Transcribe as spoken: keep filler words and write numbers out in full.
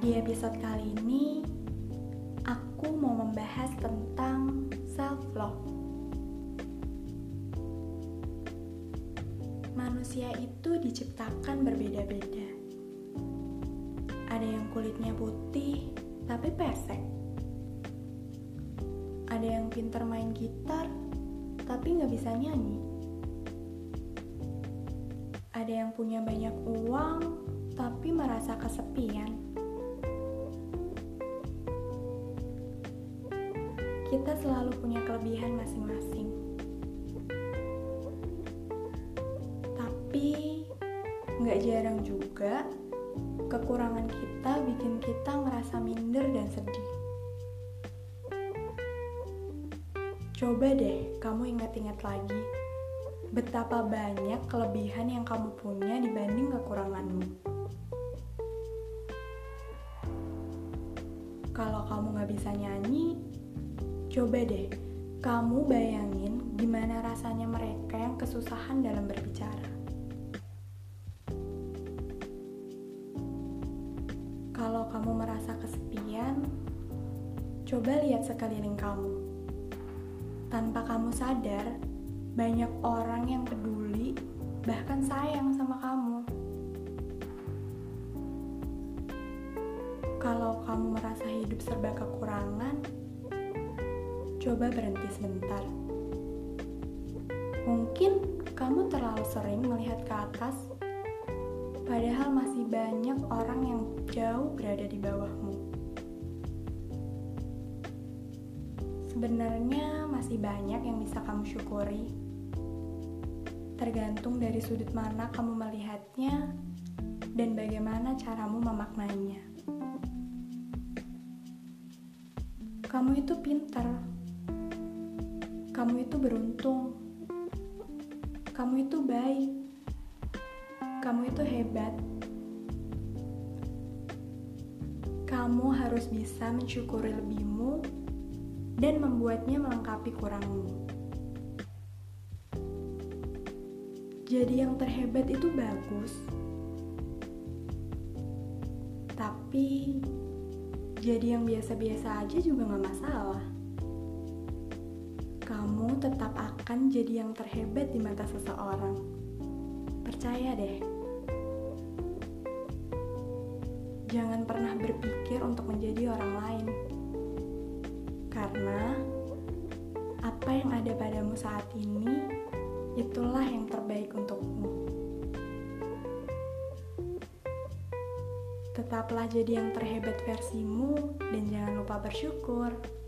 Di episode kali ini, aku mau membahas tentang self-love. Manusia itu diciptakan berbeda-beda. Ada yang kulitnya putih, tapi pesek. Ada yang pintar main gitar, tapi nggak bisa nyanyi. Ada yang punya banyak uang, tapi merasa kesepian. Kita selalu punya kelebihan masing-masing. Tapi, nggak jarang juga, kekurangan kita bikin kita ngerasa minder dan sedih. Coba deh kamu ingat-ingat lagi, betapa banyak kelebihan yang kamu punya dibanding kekuranganmu. Kalau kamu nggak bisa nyanyi, coba deh kamu bayangin gimana rasanya mereka yang kesusahan dalam berbicara. Kalau kamu merasa kesepian, coba lihat sekeliling kamu. Tanpa kamu sadar, banyak orang yang peduli, bahkan sayang sama kamu. Kalau kamu merasa hidup serba kekurangan, coba berhenti sebentar. Mungkin kamu terlalu sering melihat ke atas, padahal masih banyak orang yang jauh berada di bawahmu. Sebenarnya masih banyak yang bisa kamu syukuri. Tergantung dari sudut mana kamu melihatnya dan bagaimana caramu memaknainya. Kamu itu pintar. Kamu itu beruntung. Kamu itu baik. Kamu itu hebat. Kamu harus bisa mensyukuri lebihmu dan membuatnya melengkapi kurangmu. Jadi yang terhebat itu bagus. Tapi jadi yang biasa-biasa aja juga gak masalah. Kamu tetap akan jadi yang terhebat di mata seseorang. Percaya deh. Jangan pernah berpikir untuk menjadi orang lain. Karena apa yang ada padamu saat ini, itulah yang terbaik untukmu. Tetaplah jadi yang terhebat versimu dan jangan lupa bersyukur.